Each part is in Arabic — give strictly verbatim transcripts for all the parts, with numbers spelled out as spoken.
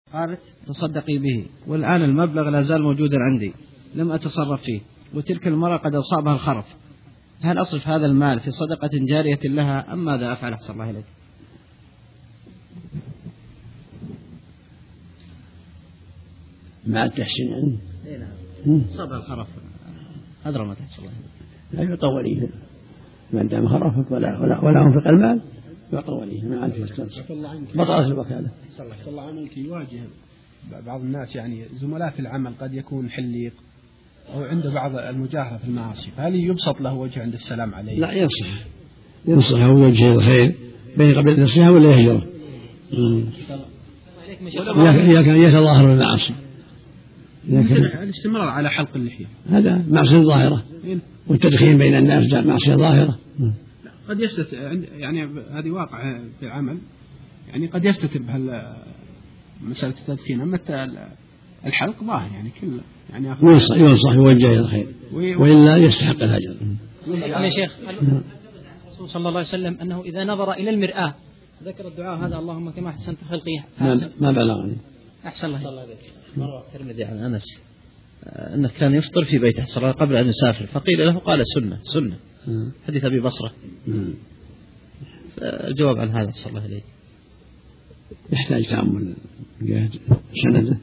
قالت تصدقي به، والآن المبلغ لا زال موجودا عندي لم أتصرف فيه، وتلك المرأة قد أصابها الخرف، هل أصرف هذا المال في صدقة جارية لها أم ماذا أفعل؟ أحسن الله إليك. مع التحسين يعني. إيه نعم. أصابها الخرف أدرى ما تحصل الله إليك. لا يطوليه ما دام خرفت ولا ولا ولا أنفق المال يطوليه ما عاد بطلت الوكالة. صلى الله عنك. يواجه بعض الناس يعني زملاء في العمل قد يكون حليق أو عنده بعض المجاهرة في المعاصي، فهل يبسط له وجه عند السلام عليه؟ لا، ينصح ينصحه وجه الخير بين قبل النصيحة ولا يهجره إذا كان يتظاهر بالمعاصي. الاستمرار على حلق اللحية هذا معصية ظاهرة، والتدخين بين الناس معصية ظاهرة. قد يستتر يعني هذه واقع في العمل، يعني قد يستتر بهال مسألة التدخين، أما الحلق ظاهر يعني كله يعني ينصح ينصح يوجه إلى الخير وإلا يستحق الهجر. يا شيخ الرسول صلى الله عليه وسلم أنه إذا نظر إلى المرآة ذكر الدعاء هذا اللهم كما أحسنت خلقي ما بلغني. أحسن الله. مرة الترمذي عن أنس أنه كان يفطر في بيته صلى قبل أن يسافر، فقيل له قال سنة سنة حديث أبي بصرة. الجواب عن هذا صلى الله عليه يحتاج تأمل جهة سنده.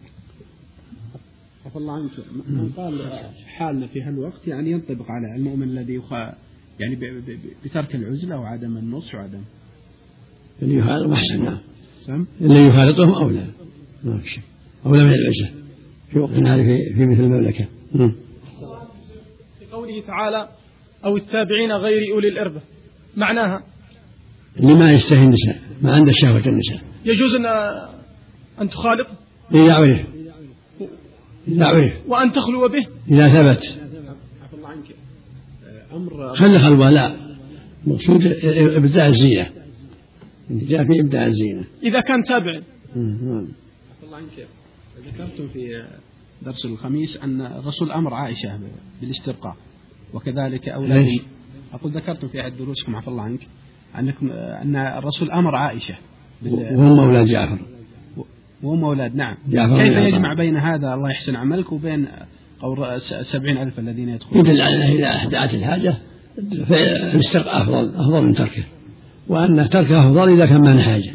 عفى الله عنك. من قال حالنا في هالوقت يعني ينطبق على المؤمن الذي يخا يعني بترك العزلة وعدم النصح وعدم اللي يخالطهم أحسن. نعم اللي يخالطهم أولى ما في شيء، أولى من العزلة في وقت هذا في, في مثل المملكة. في قوله تعالى أو التابعين غير أولي الإربة، معناها اللي ما يستهي النساء ما عنده شهوة النساء يجوز أن أن تخالط إذا عرف إذا عرف وأن تخلو به إذا ثبت. عفى الله عنك. أمر خلى خلوة لا مقصود إبداع الزينة، جاء في إبداع الزينة إذا كان تابع. عفى الله عنك. ذكرتم في درس الخميس أن الرسول أمر عائشة بالاسترقاء وكذلك أولاد. أقول ذكرتم في أحد دروسكم عفى الله عنك أنكم أن الرسول أمر عائشة وهم أولاد جعفر وهم أولاد. نعم. كيف يجمع بين هذا الله يحسن عملك وبين سبعين ألف الذين يدخلون؟ يدل على أنه إذا دعت الحاجة فالاسترقاء أفضل أفضل من تركه، وأن تركه أفضل إذا كان معنى حاجة.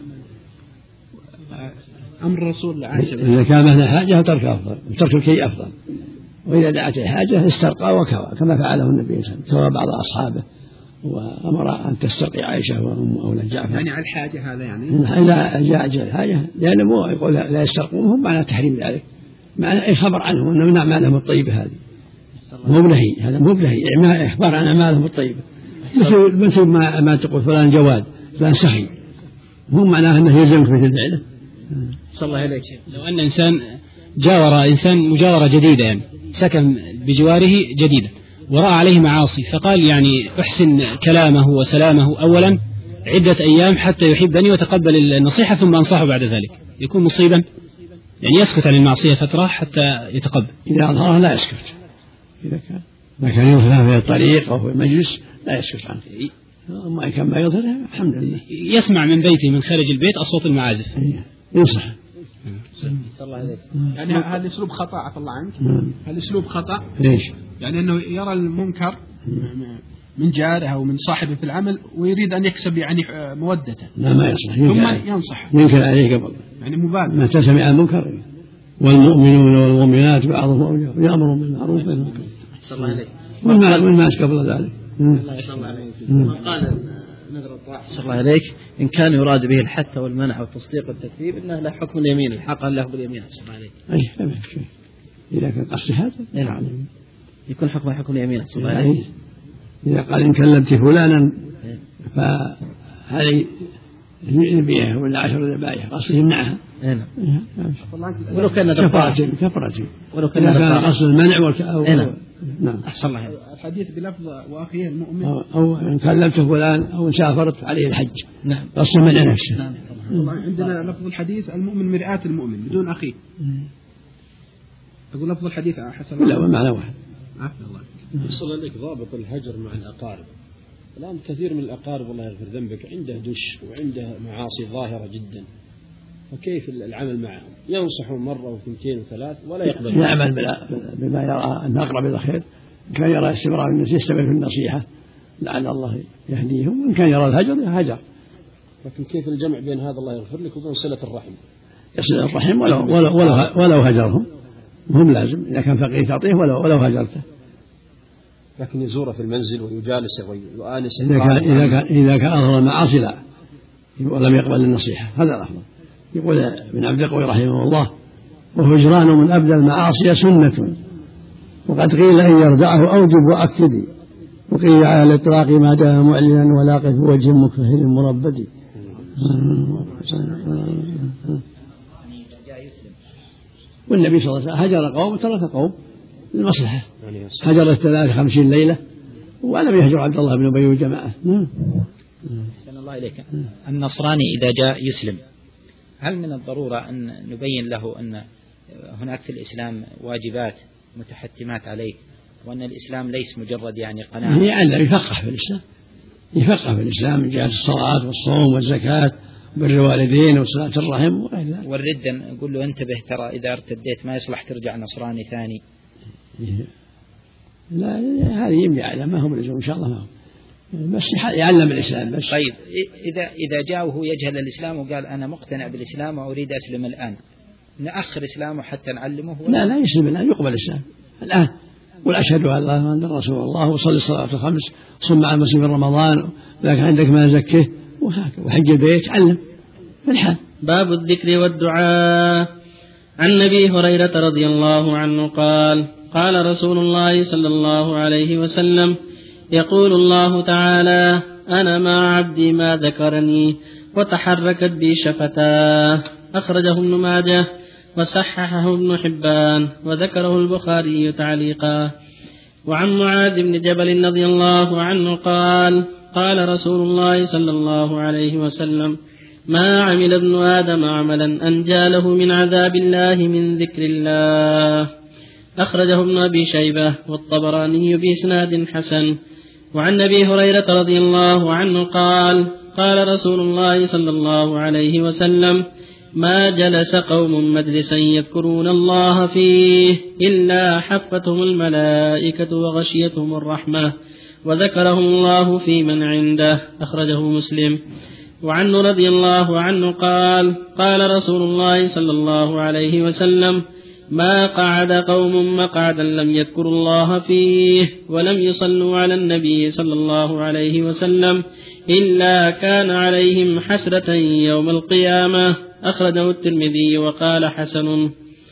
أمر الرسول عائشة إذا كان معنى حاجة تركه أفضل، ترك الكي أفضل، وإذا دعت الحاجة استرقى وكوى كما فعله النبي صلى الله عليه وسلم، كوى بعض أصحابه وأمر أن تسترقي عائشة وأم أولاد جعفر. يعني على الحاجة هذا يعني إذا جاء أجل الحاجة لأنه مو يقول لا يسترقونهم معنى تحريم ذلك، معنى أي خبر عنهم أنه من أعمالهم الطيبة هذه مو بلهي، هذا مو بلهي إخبار عن أعمالهم الطيبة، مثل مثل ما ما تقول فلان جواد فلان سخي، مو معناه أنه يلزمك مثل فعله. صلى الله عليك. لو أن إنسان جاور إنسان مجاورة جديدة يعني سكن بجواره جديدا ورأى عليه معاصي فقال يعني أحسن كلامه وسلامه أولا عدة أيام حتى يحبني وتقبل النصيحة ثم أنصحه بعد ذلك، يكون مصيبا يعني يسكت عن المعصية فترة حتى يتقبل. إذا أظهر لا يسكت، إذا كان ما كان يظهر في الطريق أو في المجلس لا يسكت عنه، أما إن كان ما يظهر الحمد لله يسمع من بيته من خارج البيت أصوات المعازف ينصح. يعني هذا أسلوب خطأ عفى الله عنك. هذا أسلوب خطأ ليش؟ يعني أنه يرى المنكر من جاره أو من صاحبه في العمل ويريد أن يكسب يعني مودته. لا ما يصلح. ثم ينصح ينكر عليه قبل يعني مبالغ. ما تسمع المنكر والمؤمنون والمؤمنات بعضهم أولياء يأمرون بالمعروف والمنكر. صلى الله عليه. والناس قبل ذلك. الله صلى الله عليه. قال نذر الطاعة صلى الله عليك إن كان يراد به الحث والمنع والتصديق والتكذيب إنه لا حكم اليمين الحق له باليمين صلى الله عليه. أي لا شيء إذا كان قصد هذا نعم يكون حكم حكم اليمين صلى الله عليه. إذا قال إن كلمت فلانا فهذه البيئة ولا عشر ذبائح قصد يمنعها. نعم. ولو كان كفرة كفرة ولو كان كان قصد المنع والأو. نعم. أحسن الله. الحديث بلفظ وأخيه المؤمن أو, أو إن كلمت فلان أو سافرت عليه الحج. نعم. قصد منع نفسه. نعم. والله عندنا لفظ الحديث المؤمن مرآة المؤمن بدون أخيه. أقول لفظ الحديث حسن. لا والمعنى واحد. عفوا الله. وصل لك ضابط الهجر مع الأقارب. الآن كثير من الأقارب الله يغفر ذنبك عنده دش وعنده معاصي ظاهرة جدا، وكيف العمل معهم؟ ينصحون مرة وثنتين وثلاث ولا يقبل؟ يعمل بما يرى أن أقرب إلى الخير. إن كان يرى استمرار الناس يستمر في النصيحة لعل الله يهديهم، وإن كان يرى الهجر هجر. لكن كيف الجمع بين هذا الله يغفر لك وبين صلة الرحم؟ يصل الرحم ولو, ولو, ولو, ولو هجرهم، هم لازم إذا كان فقير تعطيه ولو, ولو هجرته. لكن يزوره في المنزل ويجالسه ويؤانسه. إذا كان إذا كان إذا كان أظهر المعاصي لا ولم يقبل النصيحة هذا الأفضل. يقول ابن عبد القوي رحمه الله: وهجران من أبدى المعاصي سنة، وقد قيل إن يردعه أوجب وأكد، وقيل على الإطلاق ما دام معلنا ولاقف بوجه مكفهل مربد. والنبي صلى الله عليه وسلم هجر قوم وترك قوم للمصلحة، هجر الثلاث خمسين ليلة ولم يهجر عبد الله بن أبي وجماعة. أحسن الله إليك. النصراني إذا جاء يسلم هل من الضرورة أن نبين له أن هناك في الإسلام واجبات متحتمات عليه، وأن الإسلام ليس مجرد يعني قناعة؟ يعني يفقه في الإسلام، يفقه في الإسلام من جهة الصلاة والصوم والزكاة وبر الوالدين وصلاة الرحم وغير ذلك. والردة نقول له انتبه ترى إذا ارتديت ما يصلح ترجع نصراني ثاني. لا هذه يملي على ما هو بلزوم إن شاء الله، ما هو بس يعلم الإسلام بس. طيب إذا إذا جاء وهو يجهل الإسلام وقال أنا مقتنع بالإسلام وأريد أسلم الآن، نأخر إسلامه حتى نعلمه؟ لا لا يسلم الآن، يقبل الإسلام الآن، والأشهد أن لا إله إلا رسول الله وصلي الصلاة الخمس صم مع المسلم في رمضان لكن عندك ما زكيه وهكذا وحج البيت علم في الحال. باب الذكر والدعاء. عن أبي هريرة رضي الله عنه قال: قال رسول الله صلى الله عليه وسلم: يقول الله تعالى: أنا مع عبدي ما ذكرني وتحركت بي شفتاه. أخرجه ابن ماجه وصححه ابن حبان وذكره البخاري تعليقا. وعن معاذ بن جبل رضي الله عنه قال: قال رسول الله صلى الله عليه وسلم: ما عمل ابن آدم عملا أنجى له من عذاب الله من ذكر الله. أخرجه ابن أبي شيبة والطبراني بإسناد حسن. وعن أبي هريرة رضي الله عنه قال: قال رسول الله صلى الله عليه وسلم: ما جلس قوم مجلسا يذكرون الله فيه إلا حفتهم الملائكة وغشيتهم الرحمة وذكرهم الله في من عنده. أخرجه مسلم. وعنه رضي الله عنه قال: قال رسول الله صلى الله عليه وسلم: ما قعد قوم مقعدا لم يذكروا الله فيه ولم يصلوا على النبي صلى الله عليه وسلم إلا كان عليهم حسرة يوم القيامة. أخرجه الترمذي وقال حسن.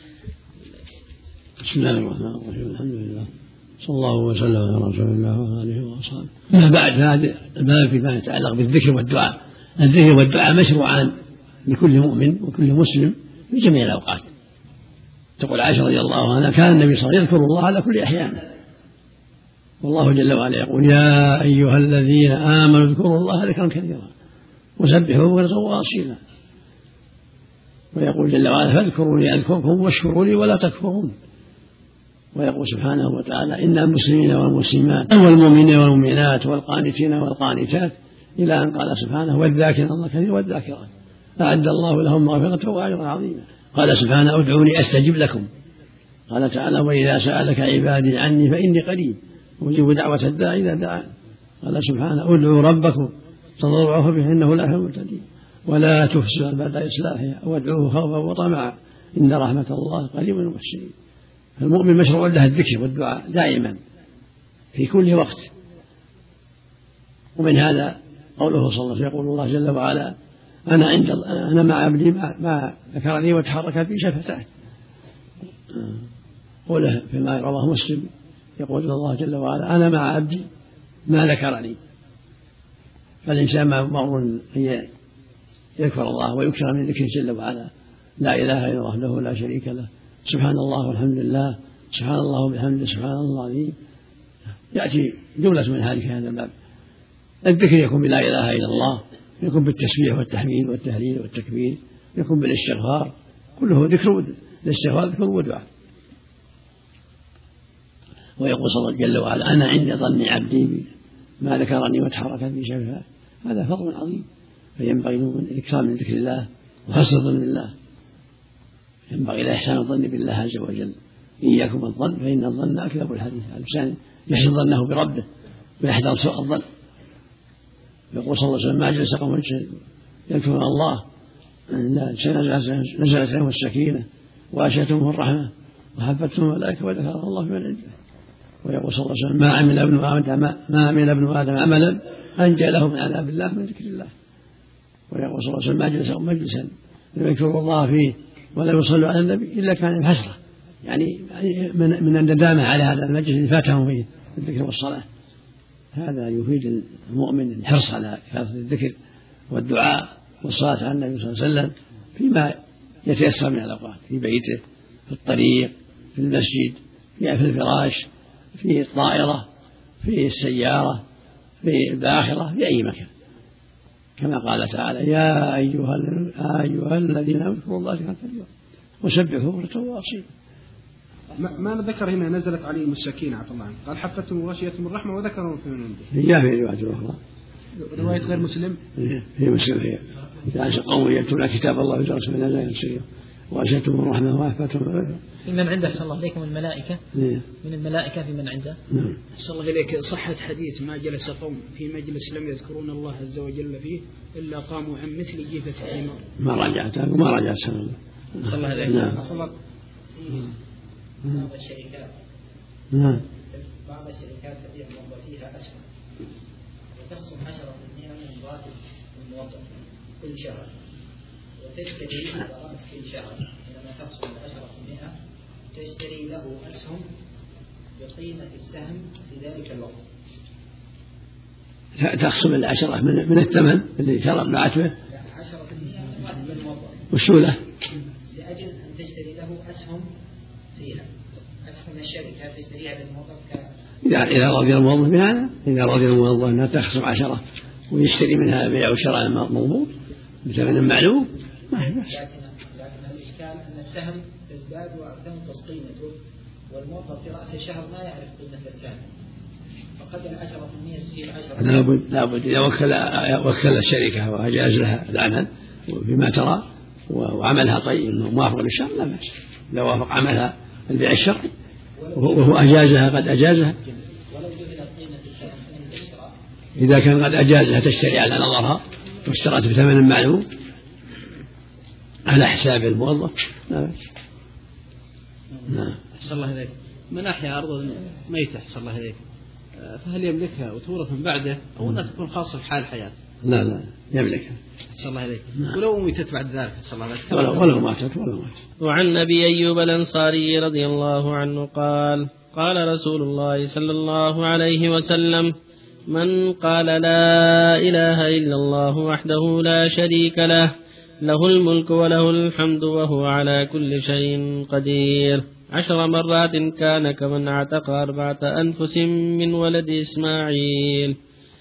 بسم الله الرحمن الرحيم. الحمد لله صلى الله وسلم على رسول الله وآله وأصحابه. ما بعد هذا الباب فيما يتعلق بالذكر والدعاء. الذكر والدعاء مشروعان لكل مؤمن وكل مسلم في جميع الأوقات. تقول عائشة رضي الله عنها: كان النبي صلى الله عليه وسلم يذكر الله على كل أحيان، والله جل وعلا يقول: يا أيها الذين آمنوا اذكروا الله ذكرا كثيرا وسبحوه بكرة وأصيلا. ويقول جل وعلا: فاذكروني أذكركم واشكروا لي ولا تكفرون. ويقول سبحانه وتعالى: إن المسلمين والمسلمات والمؤمنين والمؤمنات والقانتين والقانتات، إلى أن قال سبحانه: والذاكرين الله كثيرا والذاكرات أعد الله لهم مغفرة وأجرا عظيما. قال سبحانه: ادعوني أستجب لكم. قال تعالى: وإذا سألك عبادي عني فإني قريب أجيب دعوة الداعي إذا دعان. قال سبحانه: ادعوا ربكم تضرعوا به إنه لا يحب المعتدين ولا تفسدوا بعد إصلاحها وادعوه خوفا وطمعا إن رحمة الله قريب من المحسنين. فالمؤمن مشروع له الذكر والدعاء دائما في كل وقت. ومن هذا قوله صلى الله عليه وسلم: يقول الله جل وعلا: أنا عند أنا مع عبدي ما ذكرني وتحرك بي شفتاه. قوله فيما رواه مسلم يقول الله جل وعلا: أنا مع عبدي ما ذكرني. فالإنسان مأمور أن يذكر الله ويكثر من ذكره جل وعلا: لا إله إلا الله وحده لا شريك له، سبحان الله والحمد لله، سبحان الله وبحمده، سبحان الله العظيم. يأتي جملة من هذه في هذا الباب. الذكر يكون بلا إله إلا الله، يكون بالتسبيح والتحميد والتهليل والتكبير، يكون بالاستغفار، كله ذكر. الاستغفار ذكر ودعاء. ويقول صلى الله جل وعلا: أنا عند ظن عبدي ما ذكرني وتحركت بي شفتاه. هذا فضل عظيم، فينبغي الإكثار من ذكر الله وحسن الظن بالله، ينبغي الإحسان الظن بالله عز وجل. إياكم الظن فإن الظن أكذب الحديث. الإنسان يحسن ظنه بربه ويحذر سوء الظن. يقول صلى الله عليه وسلم ما جلس قوم يذكرون الله نزلت عليهم السكينة وأشهتهم الرحمة وحفتهم الملائكة وذكر الله في من عنده. ويقول صلى الله عليه وسلم ما عمل ابن آدم ما عمل ابن آدم عملا أنجى له من عذاب الله من ذكر الله. ويقول صلى الله عليه وسلم ما جلس مجلسا يذكر الله فيه ولا يصلوا على النبي إلا كان بحسرة، يعني من من الندامة على هذا المجلس اللي فاتهم فيه الذكر والصلاة. هذا يفيد المؤمن الحرص على كثرة الذكر والدعاء والصلاة على النبي صلى الله عليه وسلم فيما يتيسر من الأوقات، في بيته، في الطريق، في المسجد، في الفراش، في الطائرة، في السيارة، في الباخرة، في أي مكان، كما قال تعالى يا أيها, أيها الذين اذكروا الله ذكرا كثيرا وسبحوه بكرة وأصيلا. ما ذكر هنا نزلت عليهم السكينة عفى الله عنه، قال حفتهم وغشيتهم الرحمة وذكرهم في من عنده. جاء في رواية أخرى، رواية غير مسلم، في مسلم هي جاء قوم يتلون كتاب الله ويدرسون من نزل السكينة وغشيتهم الرحمة وحفتهم. في من عنده صلى الله عليكم الملائكة من الملائكة في من عنده. صلى الله إليك صحت حديث ما جلس قوم في مجلس لم يذكرون الله عز وجل فيه إلا قاموا عن مثل جيفة حمار. ما رجعت وما رجعت سنة. صلى الله عليه وسلم. بعض الشركات نعم بعض الشركات تبيع موظفيها أسهم وتخصم عشرة بالمئة من راتب الموظف كل شهر، وتشتري على رأس كل شهر لما تخصم عشرة بالمئة تشتري له أسهم بقيمة السهم في ذلك الوقت. تخصم العشرة من, من الثمن اللي شرب بعته عشرة بالمئة من الموظف والسولة لأجل أن تشتري له أسهم فيها، أسهم الشركة تشتريها للموظف. إذا إذا رضي الموظف بهذا، إذا رضي الموظف أنها تخصم عشرة ويشتري منها بيع وشراء مضبوط بثمن معلوم ما هي بس. لكن الإشكال أن السهم تزداد وتنقص قيمته، والموظف في رأس الشهر ما يعرف قيمة السهم، فقد العشرة بالمئة تصير عشرة. لابد لابد إذا وكل وكل الشركة وأجاز لها العمل بما ترى وعملها طيب موافق للشرع لا بأس. إذا وافق عملها البيع الشرعي وهو أجازها قد أجازها، إذا كان قد أجازها تشتري على نظرها واشترت بثمن معلوم على حساب الموظف لا بأس. نعم. أحسن الله إليك. من أحيا أرض ميتة أحسن الله إليك فهل يملكها وتورث من بعده أو أنها تكون خاصة بحال الحياة؟ لا لا يملكها. أحسن الله إليك. ولو ميتت بعد ذلك أحسن الله إليك. ولو ولو ماتت ولو ماتت. وعن أبي أيوب الأنصاري رضي الله عنه قال قال رسول الله صلى الله عليه وسلم من قال لا إله إلا الله وحده لا شريك له له الملك وله الحمد وهو على كل شيء قدير عشر مرات كان كمن اعتق أربعة أنفس من ولد إسماعيل.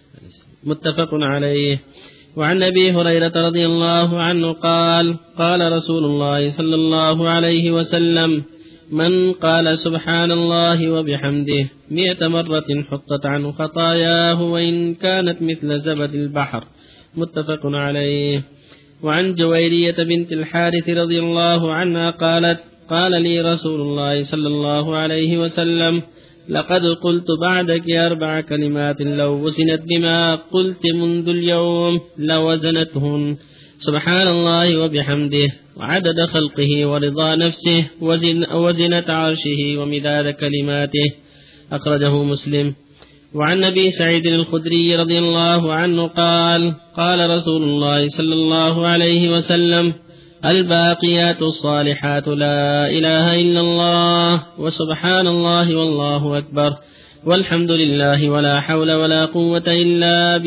متفق عليه. وعن أبي هريرة رضي الله عنه قال قال رسول الله صلى الله عليه وسلم من قال سبحان الله وبحمده مئة مرة حطت عنه خطاياه وإن كانت مثل زبد البحر. متفق عليه. وعن جويرية بنت الحارث رضي الله عنها قالت قال لي رسول الله صلى الله عليه وسلم لقد قلت بعدك أربع كلمات لو وزنت بما قلت منذ اليوم لوزنتهن سبحان الله وبحمده وعدد خلقه ورضا نفسه وزن وزنة عرشه ومداد كلماته. أخرجه مسلم. وعن أبي سعيد الخدري رضي الله عنه قال قال رسول الله صلى الله عليه وسلم الباقيات الصالحات لا إله إلا الله وسبحان الله والله أكبر والحمد لله ولا حول ولا قوة إلا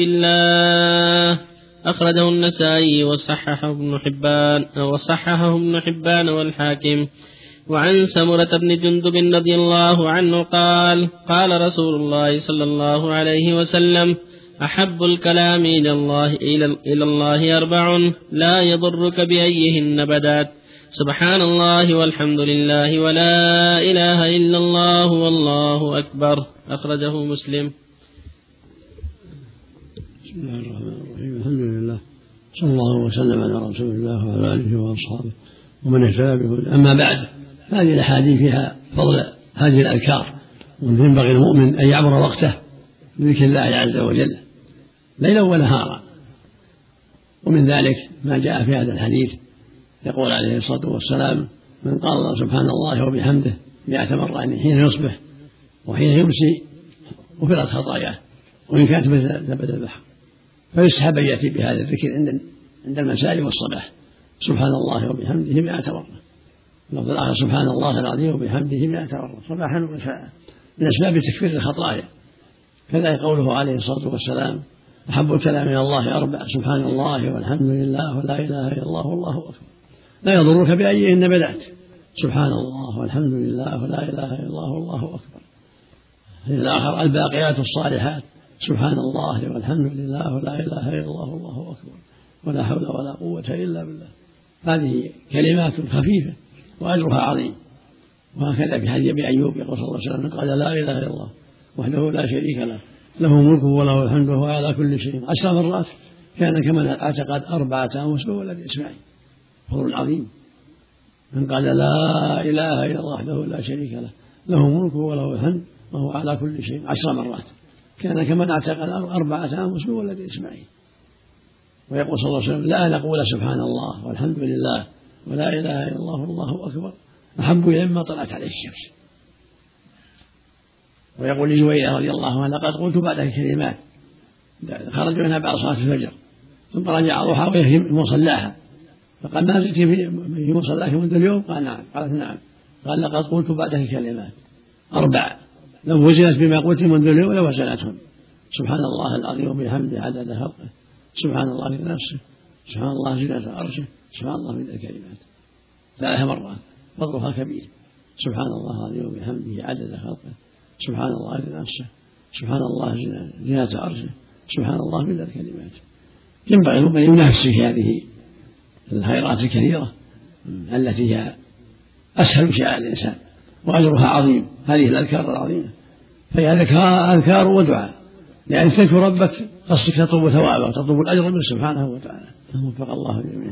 بالله. أخرجه النسائي وصححه ابن حبان وصححه ابن حبان والحاكم. وعن سمرة بن جندب رضي الله عنه قال قال رسول الله صلى الله عليه وسلم أحب الكلام إلى الله, إلى الله أربع لا يضرك بأيهن بدات سبحان الله والحمد لله ولا إله إلا الله والله أكبر. أخرجه مسلم. بسم الله الرحمن الرحيم. الحمد لله صلى الله وسلم على رسول الله وعلى آله وأصحابه ومن اهتدى بهداه. أما بعد، هذه الأحاديث فيها فضل هذه الأذكار، وينبغي المؤمن أن يعبر وقته بذكر الله عز وجل ليلا ونهارا. ومن ذلك ما جاء في هذا الحديث، يقول عليه الصلاة والسلام: من قال سبحان الله وبحمده مئة مرة، يعني حين يصبح وحين يمسي غفرت خطاياه وإن كانت مثل زبد البحر. فيسحب أن يأتي بهذا الذكر عند المساء والصباح: سبحان الله وبحمده مئة مرة. لفظ الآخر: سبحان الله العظيم وبحمده مئة مرة، صباحا ومساء، من أسباب تكفير الخطايا. كذا قوله عليه الصلاة والسلام: أحب الكلام إلى الله أربع: سبحان الله والحمد لله ولا إله إلا الله والله أكبر، لا يضرك بأيهن بدأت. سبحان الله والحمد لله ولا إله إلا الله والله أكبر. الآخر: الباقيات الصالحات: سبحان الله والحمد لله ولا إله إلا الله والله أكبر ولا حول ولا قوة إلا بالله. هذه كلمات خفيفة وأجرها عظيم. وهكذا في حديث أبي أيوب يقول صلى الله عليه وسلم: قال: لا إله إلا الله وحده لا شريك له، له ملكه وله الحمد وهو على كل شيء عشر مرات، كان كمن اعتقد أربعة أنفس ولد إسماعيل. فضل عظيم. من قال: لا إله إلا الله وحده لا شريك له، له ملكه وله الحمد وهو على كل شيء عشر مرات، كان كمن اعتقد أربعة أنفس ولد إسماعيل. ويقول صلى الله عليه وسلم: لا نقول سبحان الله والحمد لله ولا إله إلا الله والله أكبر أحب إلي مما طلعت عليه الشمس. ويقول لجويرية رضي الله عنها: لقد قلت بعد كلمات خرج منها بعد صلاة الفجر ثم رجع ضحى وهي مصلاها، فقال: ما زلت في مصلاك منذ اليوم؟ قال: نعم. قالت: نعم. قال: لقد قلت بعدك كلمات أربع لو وزنت بما قلت منذ اليوم لوزنتهم: سبحان الله العظيم وبحمده عدد خلقه، سبحان الله في نفسه، سبحان الله زينة عرشه، سبحان الله من الكلمات. ثلاث مرات، فضلها كبير. سبحان الله العظيم وبحمده عدد خلقه، سبحان الله في نفسه، سبحان الله زينة عرشه، سبحان الله من الكلمات. ينبغي المؤمن أن ينافس في هذه الخيرات الكثيرة التي هي أسهل شيء على الإنسان وأجرها عظيم. هذه الأذكار العظيمة فهي أذكار ودعاء، لأن تذكر ربك قصدك تطلب ثوابه وتطلب الأجر منه سبحانه وتعالى. وفق الله جميعا.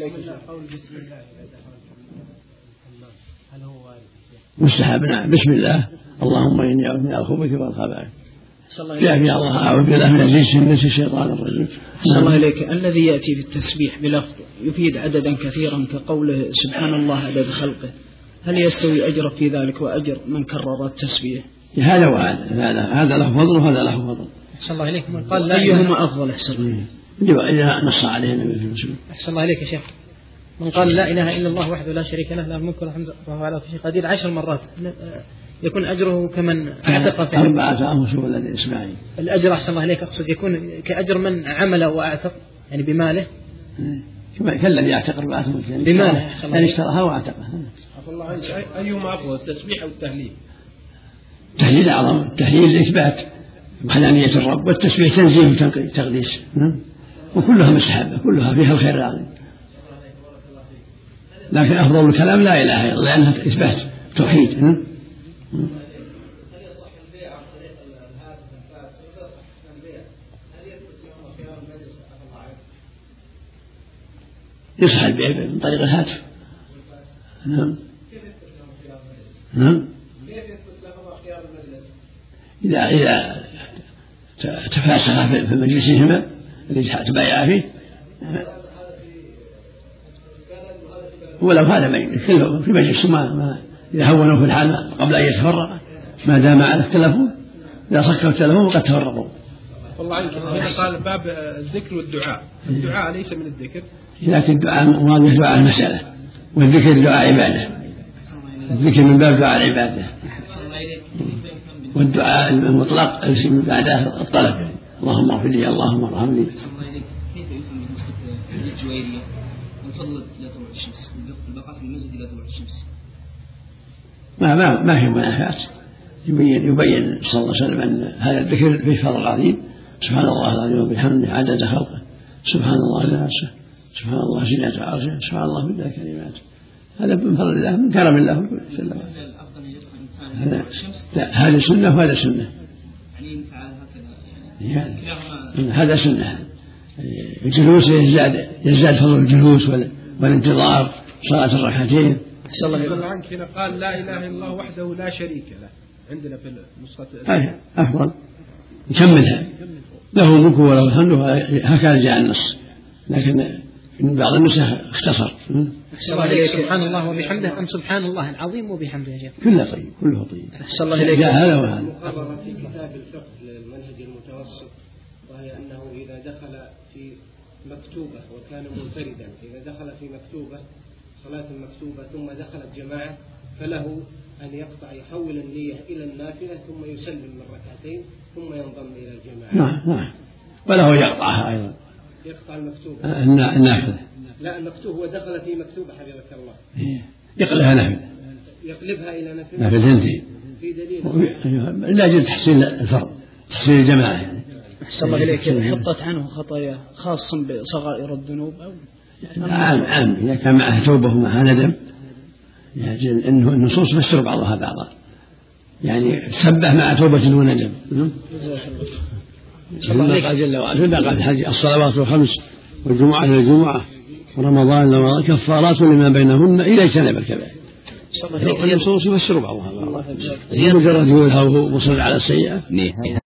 مستحب. نعم. بسم الله، اللهم إني أعوذ من الخبث والخبائث. جاء في الله: أعوذ بالله من الجنس الشيطان الرجيم. صلى الله عليك. الذي يأتي بالتسبيح بلفظ يفيد عددا كثيرا كقوله سبحان الله عدد خلقه، هل يستوي أجر في ذلك وأجر من كرر التسبيح؟ هذا وهذا، هذا له فضل وهذا له فضل. أحسن الله عليك. من قال أيهما أفضل؟ أحسن إذا نص عليه النبي صلى الله عليه وسلم. أحسن الله عليك يا شيخ. من قال لا إله إلا الله وحده لا شريك له له الملك والحمد وهو على كل شيء قدير عشر مرات، يكون أجره كمن اعتق أربعة أنفس ولد إسماعيل. الأجر أحسن الله عليك أقصد يكون كأجر من عمل وأعتق، يعني بماله، كالذي يعتق أربعة أنفس بماله، يعني اشتراها وأعتقها. أيهما أفضل، التسبيح أو التهليل؟ التهليل أعظم. التهليل إثبات وحدانية الرب، والتسبيح تنزيه وتقديس، وكلها مستحبة، كلها فيها الخير العظيم. لكن أفضل الكلام لا إله إلا الله، لأنها إثبات توحيد. يصح البيع من طريق الهاتف. نعم. نعم. إذا إذا تفاسخ في مجلسهما الذي تبايع فيه، ولو هذا بين كله في مجلس ما إذا هونوا في الحال قبل أن يتفرق ما دام على التلفون، إذا سكروا التلفون وقد تفرقوا. والله عنك هنا قال باب الذكر والدعاء، الدعاء ليس من الذكر، لكن الدعاء مراد دعاء المسألة، والذكر دعاء عبادة. الذكر من باب دعاء العبادة، والدعاء المطلق من بعده الطلب: اللهم اغفر لي، اللهم ارحمني. كيف يفهم نسبة الجويرية من فضل لا طلوع الشمس، البقاء في المسجد لا طلوع الشمس؟ ما ما ما هي منافات. يبين يبين صلى الله عليه وسلم أن هذا الذكر فيه فضل عظيم: سبحان الله العظيم وبحمده عدد خلقه، سبحان الله نفسه، سبحان الله زينة عرشه، سبحان الله من الكلمات. هذا من فضل الله، من كرم الله جل وعلا. هذا سنة وهذا سنة. هذا سنة. الجلوس يزداد يزداد فضل الجلوس والانتظار صلاة الركعتين. صلى الله عنك هنا قال لا إله إلا الله وحده لا شريك له، عندنا في النسخة أفضل يكملها، له ملك وله الحمد، هكذا جاء النص، لكن من بعض النسخ اختصر. سبحان الله وبحمده أم سبحان الله العظيم وبحمده يا شيخ؟ كله طيب، كله طيب. أحسن الله إليك. جاء هذا وهذا. مقررة في كتاب الفقه للمنهج المتوسط، وهي أنه إذا دخل في مكتوبة وكان منفردا، إذا دخل في مكتوبة صلاة المكتوبة ثم دخلت جماعة فله أن يقطع يحول النية إلى النافلة ثم يسلم من ركعتين ثم ينضم إلى الجماعة. نعم نعم. وله يقطعها أيضا. يقطع المكتوبة. النافلة. لا المكتوب هو دخل في مكتوبة حفظك الله. يقلبها نافلة. يقلبها إلى نافلة. نافلتين. في دليل. لا يجوز تحصيل الفرض، تحصيل الجماعة يعني. أحسن الله إليك. حطت عنه خطايا خاص بصغائر الذنوب أو عام عام إذا كان معه توبة ومعه ندم، يعني إنه النصوص تفسر بعضها بعضا، يعني تسبح مع توبة وندم. الله قال جل وعلا قال الحديث الصلوات الخمس والجمعة إلى الجمعة ورمضان إلى رمضان كفارات لما بينهن إلى اجتناب الكبائر. النصوص يفسر بعضها بعضا، مجرد يقولها وهو مصر على السيئة